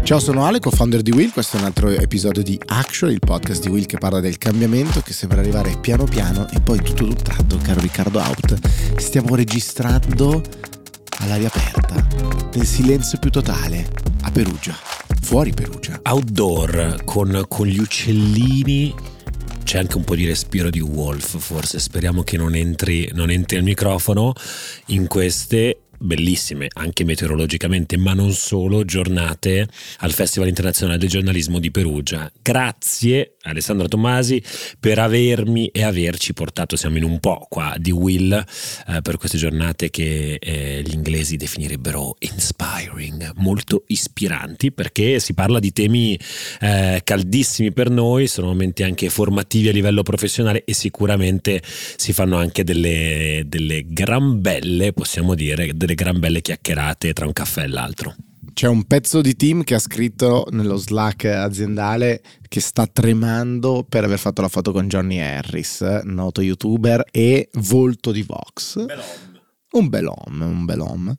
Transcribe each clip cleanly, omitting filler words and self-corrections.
Ciao, sono Ale, co-founder di Will. Questo è un altro episodio di Action, il podcast di Will che parla del cambiamento che sembra arrivare piano piano e poi tutto d'un tratto, caro Riccardo Out, stiamo registrando all'aria aperta, nel silenzio più totale, a Perugia, fuori Perugia. Outdoor, con gli uccellini. C'è anche un po' di respiro di Wolf, forse. Speriamo che non entri il microfono in queste bellissime, anche meteorologicamente, ma non solo, giornate al Festival Internazionale del Giornalismo di Perugia. Grazie Alessandro Tommasi per avermi e averci portato, siamo in un po' qua di Will, per queste giornate che gli inglesi definirebbero inspiring, molto ispiranti, perché si parla di temi caldissimi per noi, sono momenti anche formativi a livello professionale e sicuramente si fanno anche delle gran belle, possiamo dire, delle gran belle chiacchierate tra un caffè e l'altro. C'è un pezzo di team che ha scritto nello Slack aziendale che sta tremando per aver fatto la foto con Johnny Harris, noto youtuber e volto di Vox. Un bel uomo.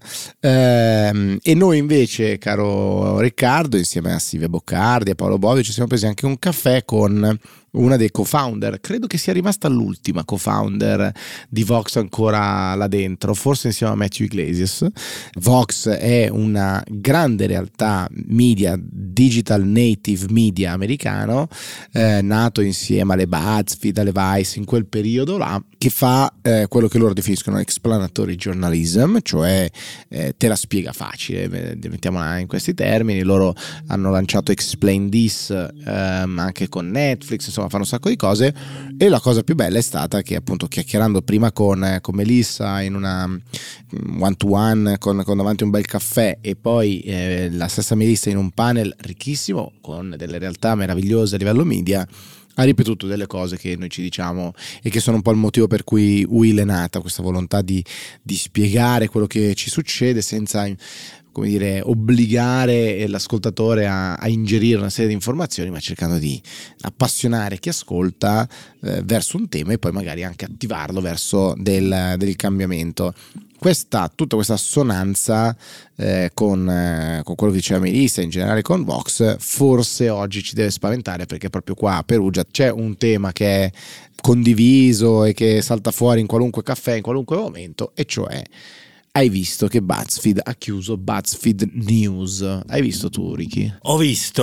E noi invece, caro Riccardo, insieme a Silvia Boccardi e Paolo Bovi, ci siamo presi anche un caffè con una dei co-founder, credo che sia rimasta l'ultima co-founder di Vox ancora là dentro, forse insieme a Matthew Iglesias. Vox è una grande realtà media, digital native media americano, nato insieme alle BuzzFeed, alle Vice in quel periodo là, che fa quello che loro definiscono explanatory journalism, cioè te la spiega facile, mettiamola in questi termini. Loro hanno lanciato Explain This anche con Netflix, insomma fanno un sacco di cose, e la cosa più bella è stata che appunto chiacchierando prima con Melissa in una one to one con davanti un bel caffè e poi la stessa Melissa in un panel ricchissimo con delle realtà meravigliose a livello media, ha ripetuto delle cose che noi ci diciamo e che sono un po' il motivo per cui Will è nata, questa volontà di spiegare quello che ci succede senza, come dire, obbligare l'ascoltatore a ingerire una serie di informazioni, ma cercando di appassionare chi ascolta verso un tema e poi magari anche attivarlo verso del cambiamento. Tutta questa assonanza con quello che diceva Melissa, in generale con Vox, forse oggi ci deve spaventare, perché proprio qua a Perugia c'è un tema che è condiviso e che salta fuori in qualunque caffè, in qualunque momento, e cioè: hai visto che BuzzFeed ha chiuso BuzzFeed News? Hai visto tu, Ricky? Ho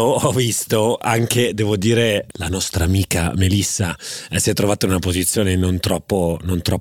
visto, anche devo dire la nostra amica Melissa si è trovata in una posizione non troppo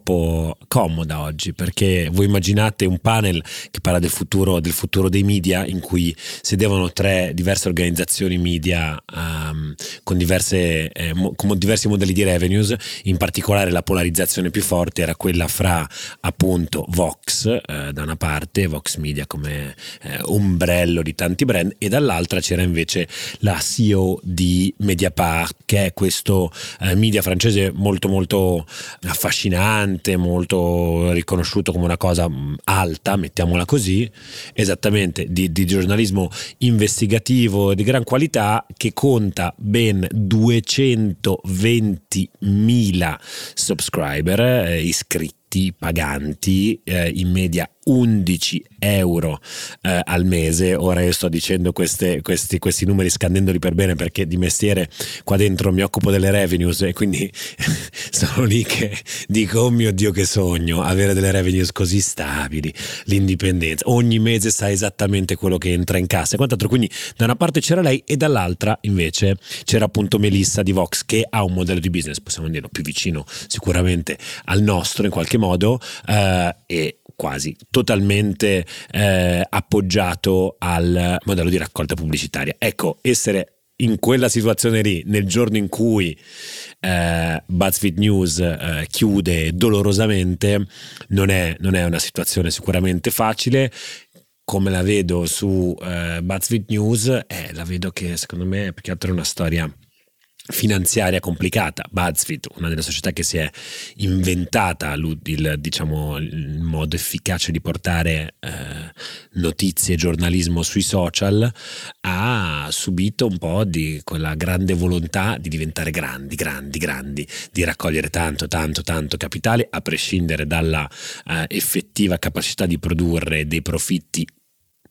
comoda oggi, perché voi immaginate un panel che parla del futuro dei media, in cui sedevano tre diverse organizzazioni media con diversi modelli di revenues. In particolare la polarizzazione più forte era quella fra appunto Vox da una parte, Vox Media come ombrello di tanti brand, e dall'altra c'era invece la CEO di Mediapart, che è questo media francese molto molto affascinante, molto riconosciuto come una cosa alta, mettiamola così, esattamente, di giornalismo investigativo di gran qualità, che conta ben 220.000 subscriber, iscritti paganti, in media 11 euro al mese. Ora io sto dicendo questi numeri scandendoli per bene, perché di mestiere qua dentro mi occupo delle revenues e quindi sono lì che dico: oh mio Dio, che sogno avere delle revenues così stabili, l'indipendenza, ogni mese sai esattamente quello che entra in cassa e quant'altro. Quindi da una parte c'era lei e dall'altra invece c'era appunto Melissa di Vox, che ha un modello di business, possiamo dirlo, più vicino sicuramente al nostro in qualche modo, e quasi totalmente appoggiato al modello di raccolta pubblicitaria. Ecco, essere in quella situazione lì nel giorno in cui BuzzFeed News chiude dolorosamente non è una situazione sicuramente facile. Come la vedo su BuzzFeed News, la vedo che secondo me più che altro è una storia finanziaria complicata. BuzzFeed, una delle società che si è inventata il modo efficace di portare notizie e giornalismo sui social, ha subito un po' di quella grande volontà di diventare grandi, di raccogliere tanto capitale, a prescindere dalla effettiva capacità di produrre dei profitti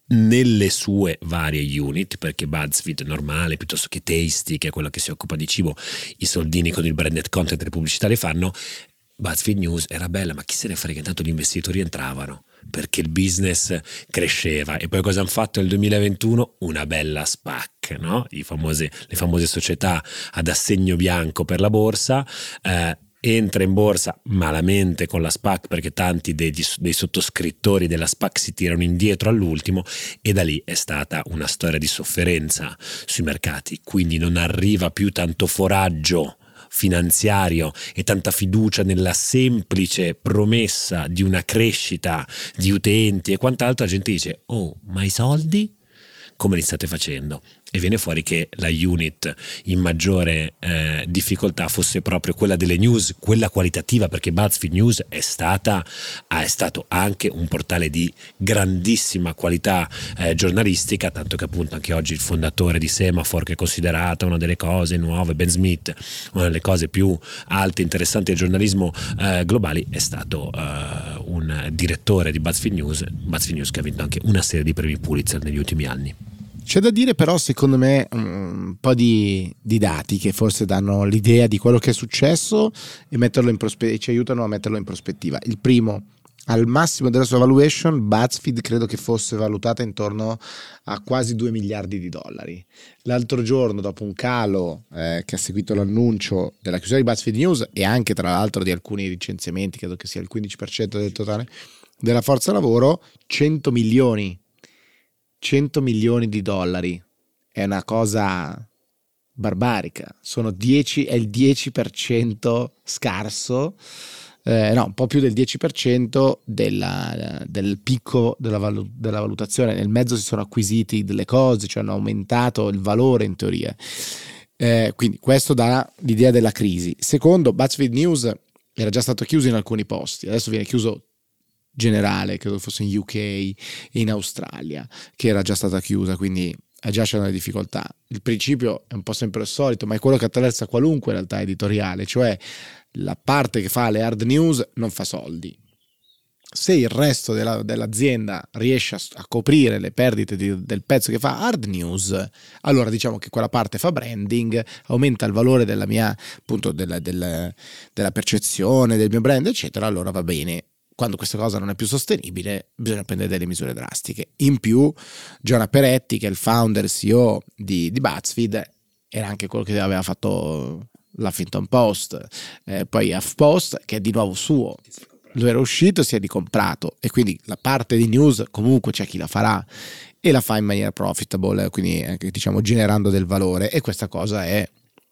nelle sue varie unit, perché BuzzFeed normale piuttosto che Tasty, che è quella che si occupa di cibo, i soldini con il branded content e le pubblicità le fanno. BuzzFeed News era bella, ma chi se ne frega, tanto gli investitori entravano perché il business cresceva. E poi cosa hanno fatto nel 2021? Una bella SPAC, no? Le famose società ad assegno bianco per la borsa. Entra in borsa malamente con la SPAC, perché tanti dei sottoscrittori della SPAC si tirano indietro all'ultimo, e da lì è stata una storia di sofferenza sui mercati, quindi non arriva più tanto foraggio finanziario e tanta fiducia nella semplice promessa di una crescita di utenti e quant'altro. La gente dice: oh, ma i soldi come li state facendo? E viene fuori che la unit in maggiore difficoltà fosse proprio quella delle news, quella qualitativa, perché BuzzFeed News è stato anche un portale di grandissima qualità giornalistica, tanto che appunto anche oggi il fondatore di Semaphore, che è considerata una delle cose nuove, Ben Smith, una delle cose più alte e interessanti del giornalismo globali, è stato un direttore di BuzzFeed News, che ha vinto anche una serie di premi Pulitzer negli ultimi anni. C'è da dire però, secondo me, un po' di dati che forse danno l'idea di quello che è successo e ci aiutano a metterlo in prospettiva. Il primo: al massimo della sua valuation, BuzzFeed credo che fosse valutata intorno a quasi 2 miliardi di dollari. L'altro giorno, dopo un calo che ha seguito l'annuncio della chiusura di BuzzFeed News e anche tra l'altro di alcuni licenziamenti, credo che sia il 15% del totale della forza lavoro, 100 milioni di dollari è una cosa barbarica. È il 10% scarso, no, un po' più del 10% del picco della valutazione. Nel mezzo si sono acquisiti delle cose, cioè hanno aumentato il valore in teoria. Quindi questo dà l'idea della crisi. Secondo, BuzzFeed News era già stato chiuso in alcuni posti, adesso viene chiuso generale, credo fosse in UK e in Australia, che era già stata chiusa, quindi già c'erano le difficoltà. Il principio è un po' sempre il solito, ma è quello che attraversa qualunque realtà editoriale, cioè la parte che fa le hard news non fa soldi. Se il resto dell'azienda riesce a coprire le perdite del pezzo che fa hard news, allora diciamo che quella parte fa branding, aumenta il valore della mia, appunto, della percezione del mio brand, eccetera, allora va bene. Quando questa cosa non è più sostenibile, bisogna prendere delle misure drastiche. In più, Jonah Peretti, che è il founder e CEO di BuzzFeed, era anche quello che aveva fatto l'Huffington Post, poi HuffPost, che è di nuovo suo. Lui era uscito, si è ricomprato, e quindi la parte di news comunque c'è chi la farà e la fa in maniera profitable, quindi diciamo generando del valore, e questa cosa è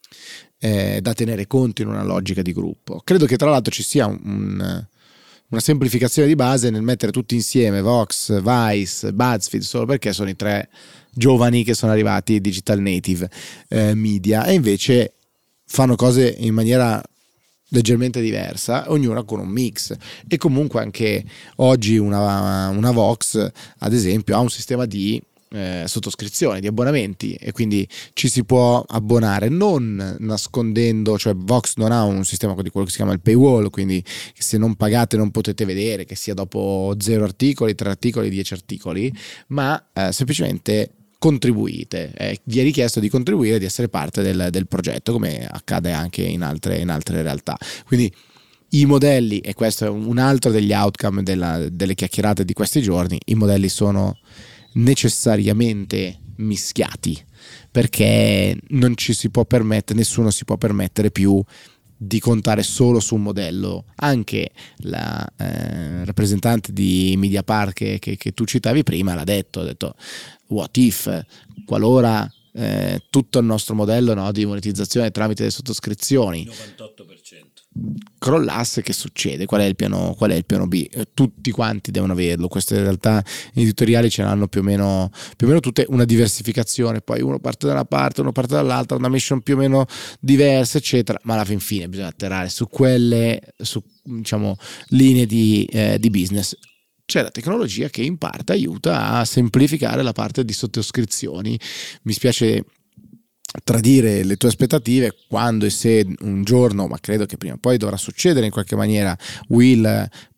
da tenere conto in una logica di gruppo. Credo che tra l'altro ci sia una semplificazione di base nel mettere tutti insieme Vox, Vice, BuzzFeed, solo perché sono i 3 giovani che sono arrivati digital native media, e invece fanno cose in maniera leggermente diversa, ognuna con un mix. E comunque anche oggi una Vox, ad esempio, ha un sistema di sottoscrizione, di abbonamenti, e quindi ci si può abbonare non nascondendo, cioè Vox non ha un sistema di quello che si chiama il paywall, quindi se non pagate non potete vedere, che sia dopo 0 articoli, 3 articoli, 10 articoli, ma semplicemente contribuite, vi è richiesto di contribuire, di essere parte del progetto, come accade anche in altre realtà. Quindi i modelli, e questo è un altro degli outcome delle chiacchierate di questi giorni, i modelli sono necessariamente mischiati, perché non ci si può permettere, nessuno si può permettere più di contare solo su un modello. Anche la rappresentante di Mediapark che tu citavi prima ha detto what if, qualora tutto il nostro modello di monetizzazione tramite le sottoscrizioni 98% crollasse, che succede? Qual è il piano B? Tutti quanti devono averlo. Queste realtà editoriali ce l'hanno più o meno tutte, una diversificazione, poi uno parte da una parte, uno parte dall'altra, una mission più o meno diversa, eccetera, ma alla fin fine bisogna atterrare su quelle diciamo linee di business. C'è la tecnologia che in parte aiuta a semplificare la parte di sottoscrizioni. Mi spiace tradire le tue aspettative quando e se un giorno, ma credo che prima o poi dovrà succedere in qualche maniera, Will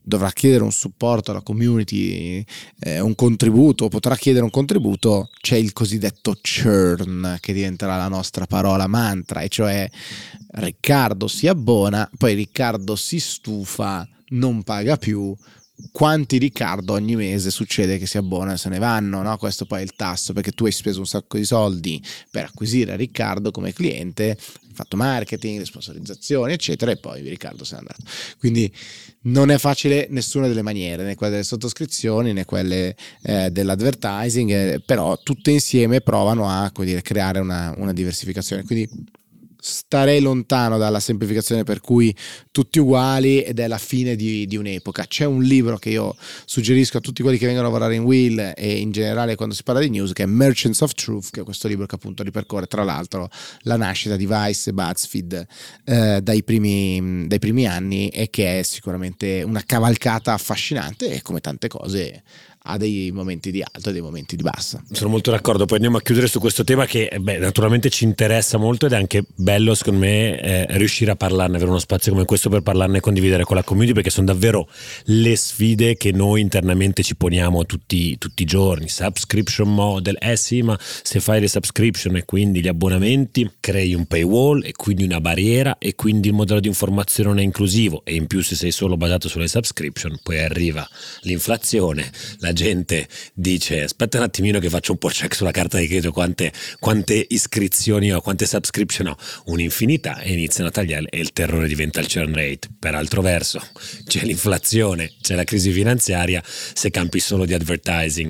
dovrà chiedere un supporto alla community, un contributo, potrà chiedere un contributo, c'è il cosiddetto churn che diventerà la nostra parola mantra, e cioè Riccardo si abbona, poi Riccardo si stufa, non paga più. Quanti Riccardo ogni mese succede che si abbonano e se ne vanno, no? Questo poi è il tasso, perché tu hai speso un sacco di soldi per acquisire Riccardo come cliente, hai fatto marketing, le sponsorizzazioni eccetera, e poi Riccardo se n'è andato. Quindi non è facile nessuna delle maniere, né quelle delle sottoscrizioni né quelle dell'advertising, però tutte insieme provano a, come dire, creare una diversificazione. Quindi starei lontano dalla semplificazione per cui tutti uguali ed è la fine di un'epoca. C'è un libro che io suggerisco a tutti quelli che vengono a lavorare in Will e in generale quando si parla di news, che è Merchants of Truth, che è questo libro che appunto ripercorre tra l'altro la nascita di Vice e BuzzFeed dai primi anni, e che è sicuramente una cavalcata affascinante e come tante cose ha dei momenti di alto e dei momenti di bassa. Sono molto d'accordo. Poi andiamo a chiudere su questo tema che naturalmente ci interessa molto, ed è anche bello secondo me riuscire a parlarne, avere uno spazio come questo per parlarne e condividere con la community, perché sono davvero le sfide che noi internamente ci poniamo tutti i giorni. Subscription model, sì, ma se fai le subscription e quindi gli abbonamenti, crei un paywall e quindi una barriera, e quindi il modello di informazione non è inclusivo, e in più se sei solo basato sulle subscription poi arriva l'inflazione, la gente dice aspetta un attimino che faccio un po' check sulla carta di credito quante iscrizioni ho, quante subscription ho, un'infinità, e iniziano a tagliare e il terrore diventa il churn rate. Per altro verso c'è l'inflazione, c'è la crisi finanziaria, se campi solo di advertising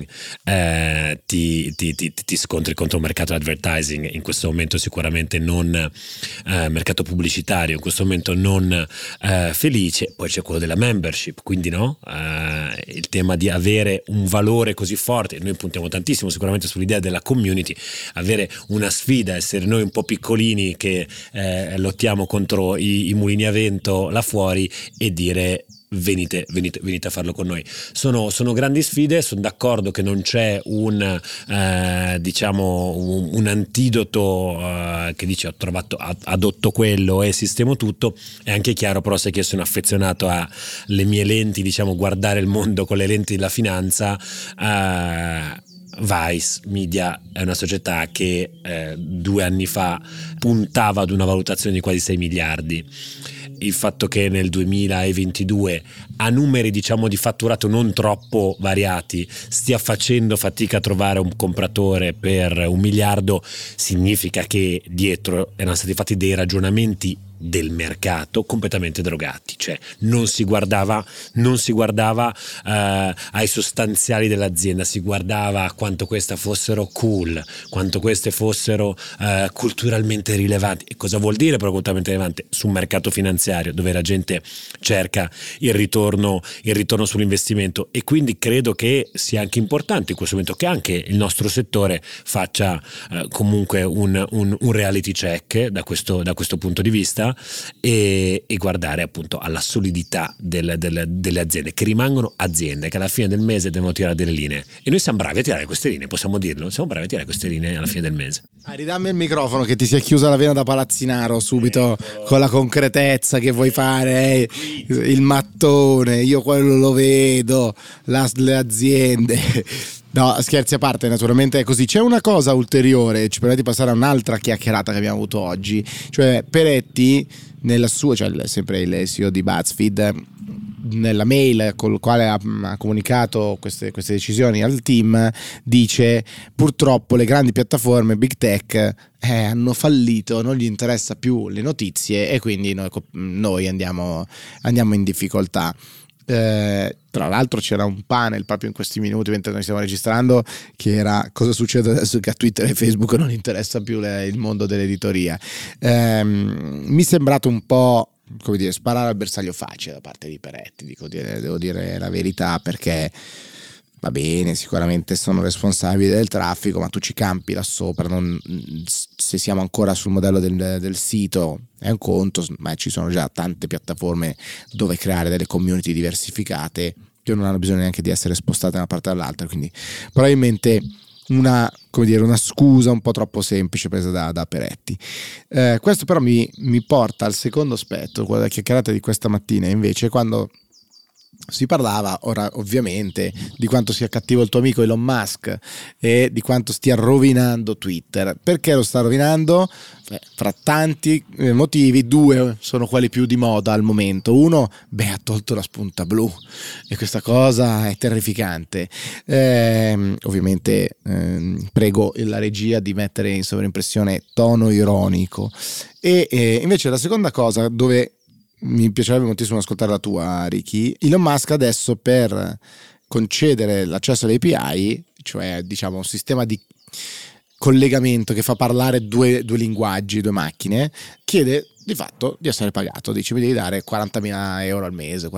ti scontri contro un mercato advertising in questo momento sicuramente non mercato pubblicitario in questo momento non felice. Poi c'è quello della membership, quindi il tema di avere un valore così forte. Noi puntiamo tantissimo sicuramente sull'idea della community, avere una sfida, essere noi un po' piccolini che lottiamo contro i mulini a vento là fuori e dire venite a farlo con noi. Sono grandi sfide. Sono d'accordo che non c'è un antidoto che dice ho trovato, adotto quello e sistemo tutto. È anche chiaro però, se che sono affezionato alle mie lenti, guardare il mondo con le lenti della finanza, Vice Media è una società che 2 anni fa puntava ad una valutazione di quasi 6 miliardi. Il fatto che nel 2022 a numeri di fatturato non troppo variati stia facendo fatica a trovare un compratore per 1 miliardo significa che dietro erano stati fatti dei ragionamenti del mercato completamente drogati, cioè non si guardava ai sostanziali dell'azienda, si guardava a quanto queste fossero cool, quanto queste fossero culturalmente rilevanti. E cosa vuol dire però culturalmente rilevante? Su un mercato finanziario dove la gente cerca il ritorno sull'investimento, e quindi credo che sia anche importante in questo momento che anche il nostro settore faccia comunque un reality check da questo punto di vista, e guardare appunto alla solidità delle aziende, che rimangono aziende che alla fine del mese devono tirare delle linee, e noi siamo bravi a tirare queste linee, possiamo dirlo, siamo bravi a tirare queste linee alla fine del mese. Ridammi il microfono che ti si è chiusa la vena da palazzinaro subito, con la concretezza che vuoi fare, il mattone, io quello lo vedo, le aziende. No, scherzi a parte, naturalmente è così. C'è una cosa ulteriore, ci permette di passare a un'altra chiacchierata che abbiamo avuto oggi, cioè Peretti nella sua, cioè sempre il CEO di BuzzFeed, nella mail col quale ha comunicato queste decisioni al team, dice purtroppo le grandi piattaforme big tech hanno fallito, non gli interessa più le notizie e quindi noi andiamo in difficoltà. Tra l'altro c'era un panel proprio in questi minuti mentre noi stiamo registrando che era cosa succede adesso che a Twitter e Facebook non interessa più il mondo dell'editoria. Mi è sembrato un po', come dire, sparare al bersaglio facile da parte di Peretti, devo dire la verità, perché va bene, sicuramente sono responsabili del traffico, ma tu ci campi là sopra, se siamo ancora sul modello del sito è un conto, ma ci sono già tante piattaforme dove creare delle community diversificate che non hanno bisogno neanche di essere spostate da una parte all'altra, quindi probabilmente una scusa un po' troppo semplice presa da Peretti. Questo però mi porta al secondo aspetto, quella chiacchierata di questa mattina invece, quando si parlava ora ovviamente di quanto sia cattivo il tuo amico Elon Musk e di quanto stia rovinando Twitter. Perché lo sta rovinando? Fra tanti motivi, due sono quelli più di moda al momento. Uno, ha tolto la spunta blu e questa cosa è terrificante. Ovviamente prego la regia di mettere in sovraimpressione tono ironico. E invece la seconda cosa, dove mi piacerebbe moltissimo ascoltare la tua, Ricky. Elon Musk adesso, per concedere l'accesso alle API, cioè diciamo un sistema di collegamento che fa parlare due linguaggi, due macchine, chiede di fatto di essere pagato. Dice: mi devi dare 40.000 euro al mese,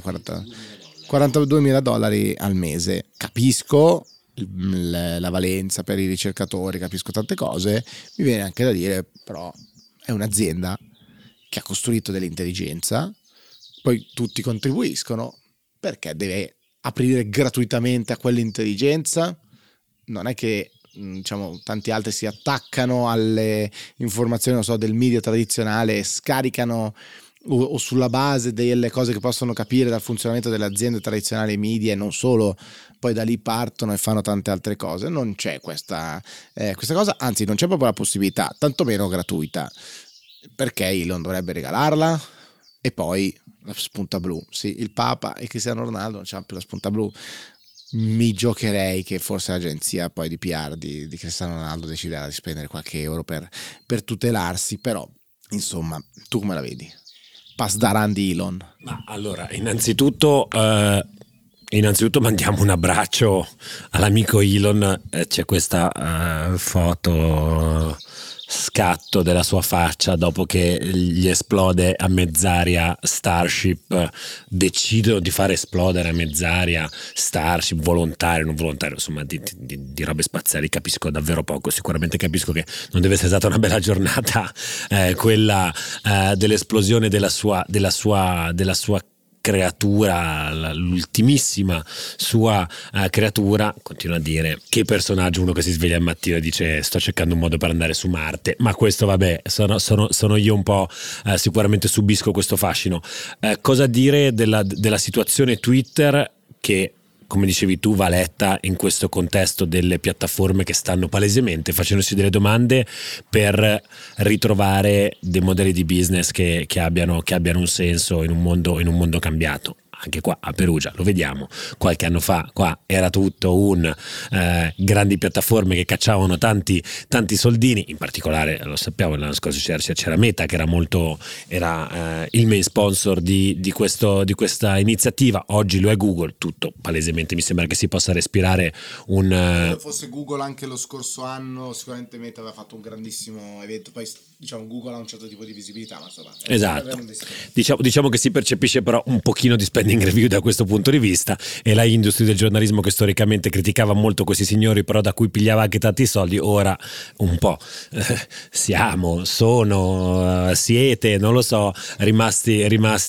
42.000 dollari al mese. Capisco la valenza per i ricercatori, capisco tante cose, mi viene anche da dire però è un'azienda che ha costruito dell'intelligenza, poi tutti contribuiscono, perché deve aprire gratuitamente a quell'intelligenza? Non è che diciamo tanti altri si attaccano alle informazioni, non so, del media tradizionale e scaricano o sulla base delle cose che possono capire dal funzionamento delle aziende tradizionali media, e non solo, poi da lì partono e fanno tante altre cose. Non c'è questa cosa, anzi non c'è proprio la possibilità, tantomeno gratuita. Perché Elon dovrebbe regalarla? E poi la spunta blu, sì, il Papa e Cristiano Ronaldo non c'hanno più la spunta blu. Mi giocherei che forse l'agenzia poi di PR di Cristiano Ronaldo deciderà di spendere qualche euro per tutelarsi, però insomma, tu come la vedi? Pasdaran di Elon. Ma allora, innanzitutto mandiamo un abbraccio all'amico Elon. C'è questa foto, scatto della sua faccia dopo che gli esplode a mezz'aria Starship. Decidono di fare esplodere a mezz'aria Starship, volontario, non volontario, insomma di robe spaziali capisco davvero poco. Sicuramente capisco che non deve essere stata una bella giornata quella dell'esplosione della sua creatura, l'ultimissima sua creatura. Continua a dire: che personaggio, uno che si sveglia al mattino e dice sto cercando un modo per andare su Marte. Ma questo vabbè, sono io un po', sicuramente subisco questo fascino. Cosa dire della situazione Twitter, che come dicevi tu va letta in questo contesto delle piattaforme che stanno palesemente facendosi delle domande per ritrovare dei modelli di business che abbiano un senso in un mondo cambiato. Anche qua a Perugia lo vediamo, qualche anno fa qua era tutto grandi piattaforme che cacciavano tanti soldini, in particolare lo sappiamo l'anno scorso c'era Meta che era il main sponsor di questa iniziativa. Oggi lo è Google, tutto palesemente mi sembra che si possa respirare se fosse Google anche lo scorso anno sicuramente Meta aveva fatto un grandissimo evento, poi diciamo Google ha un certo tipo di visibilità, ma insomma esatto, diciamo che si percepisce però un pochino di spending review da questo punto di vista, e la industria del giornalismo che storicamente criticava molto questi signori però da cui pigliava anche tanti soldi, ora un po' siete, non lo so, rimasti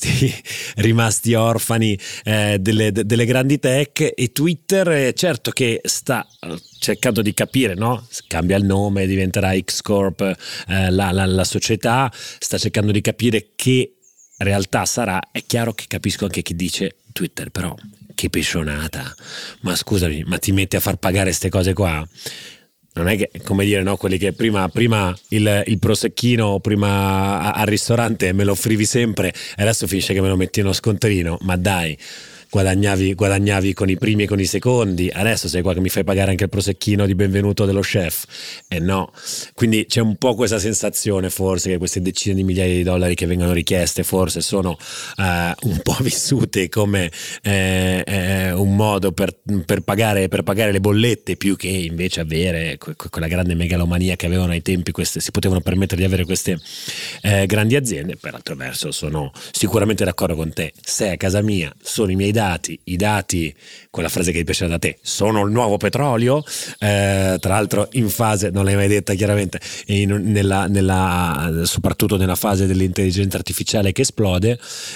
orfani delle grandi tech. E Twitter certo che sta cercando di capire, no? Cambia il nome, diventerà X Corp, la società sta cercando di capire che realtà sarà. È chiaro che capisco anche chi dice Twitter però che pescionata, ma scusami, ma ti metti a far pagare ste cose qua? Non è che, come dire, no, quelli che prima il prosecchino prima al ristorante me lo offrivi sempre e adesso finisce che me lo metti uno scontrino. Ma dai, guadagnavi con i primi e con i secondi, adesso sei qua che mi fai pagare anche il prosecchino di benvenuto dello chef. No, quindi c'è un po' questa sensazione forse che queste decine di migliaia di dollari che vengono richieste forse sono un po' vissute come un modo per pagare le bollette, più che invece avere quella grande megalomania che avevano ai tempi si potevano permettere di avere queste grandi aziende. Per altro verso sono sicuramente d'accordo con te, sei a casa mia, sono i miei i dati, quella frase che ti piaceva da te, sono il nuovo petrolio, tra l'altro in fase, non l'hai mai detta chiaramente, soprattutto nella fase dell'intelligenza artificiale che esplode,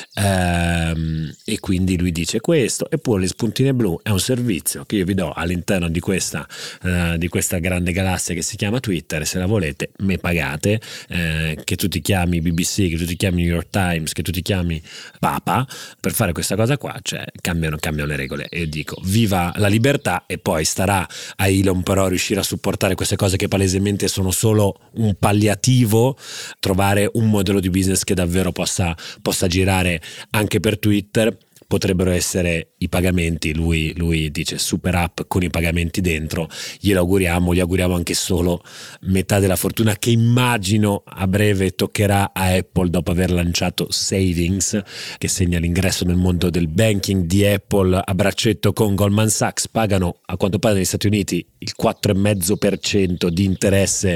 e quindi lui dice questo. Eppure le spuntine blu è un servizio che io vi do all'interno di questa grande galassia che si chiama Twitter. Se la volete me pagate, che tu ti chiami BBC, che tu ti chiami New York Times, che tu ti chiami Papa, per fare questa cosa qua. Cioè cambiano le regole. E io dico viva la libertà, e poi starà a Elon però riuscire a supportare queste cose che palesemente sono solo un palliativo, trovare un modello di business che davvero possa girare anche per Twitter. Potrebbero essere i pagamenti, lui dice super app con i pagamenti dentro, gli auguriamo anche solo metà della fortuna che immagino a breve toccherà a Apple dopo aver lanciato Savings, che segna l'ingresso nel mondo del banking di Apple a braccetto con Goldman Sachs. Pagano a quanto pare negli Stati Uniti il 4,5% di interesse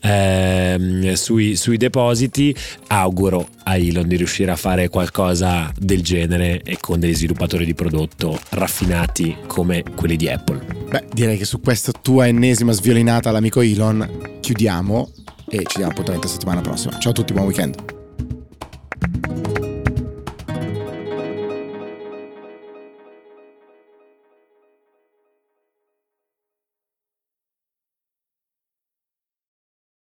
sui depositi. Auguro a Elon di riuscire a fare qualcosa del genere e con degli sviluppatori di prodotto raffinati come quelli di Apple. Beh, direi che su questa tua ennesima sviolinata all'amico Elon chiudiamo e ci diamo appuntamento la settimana prossima. Ciao a tutti, buon weekend.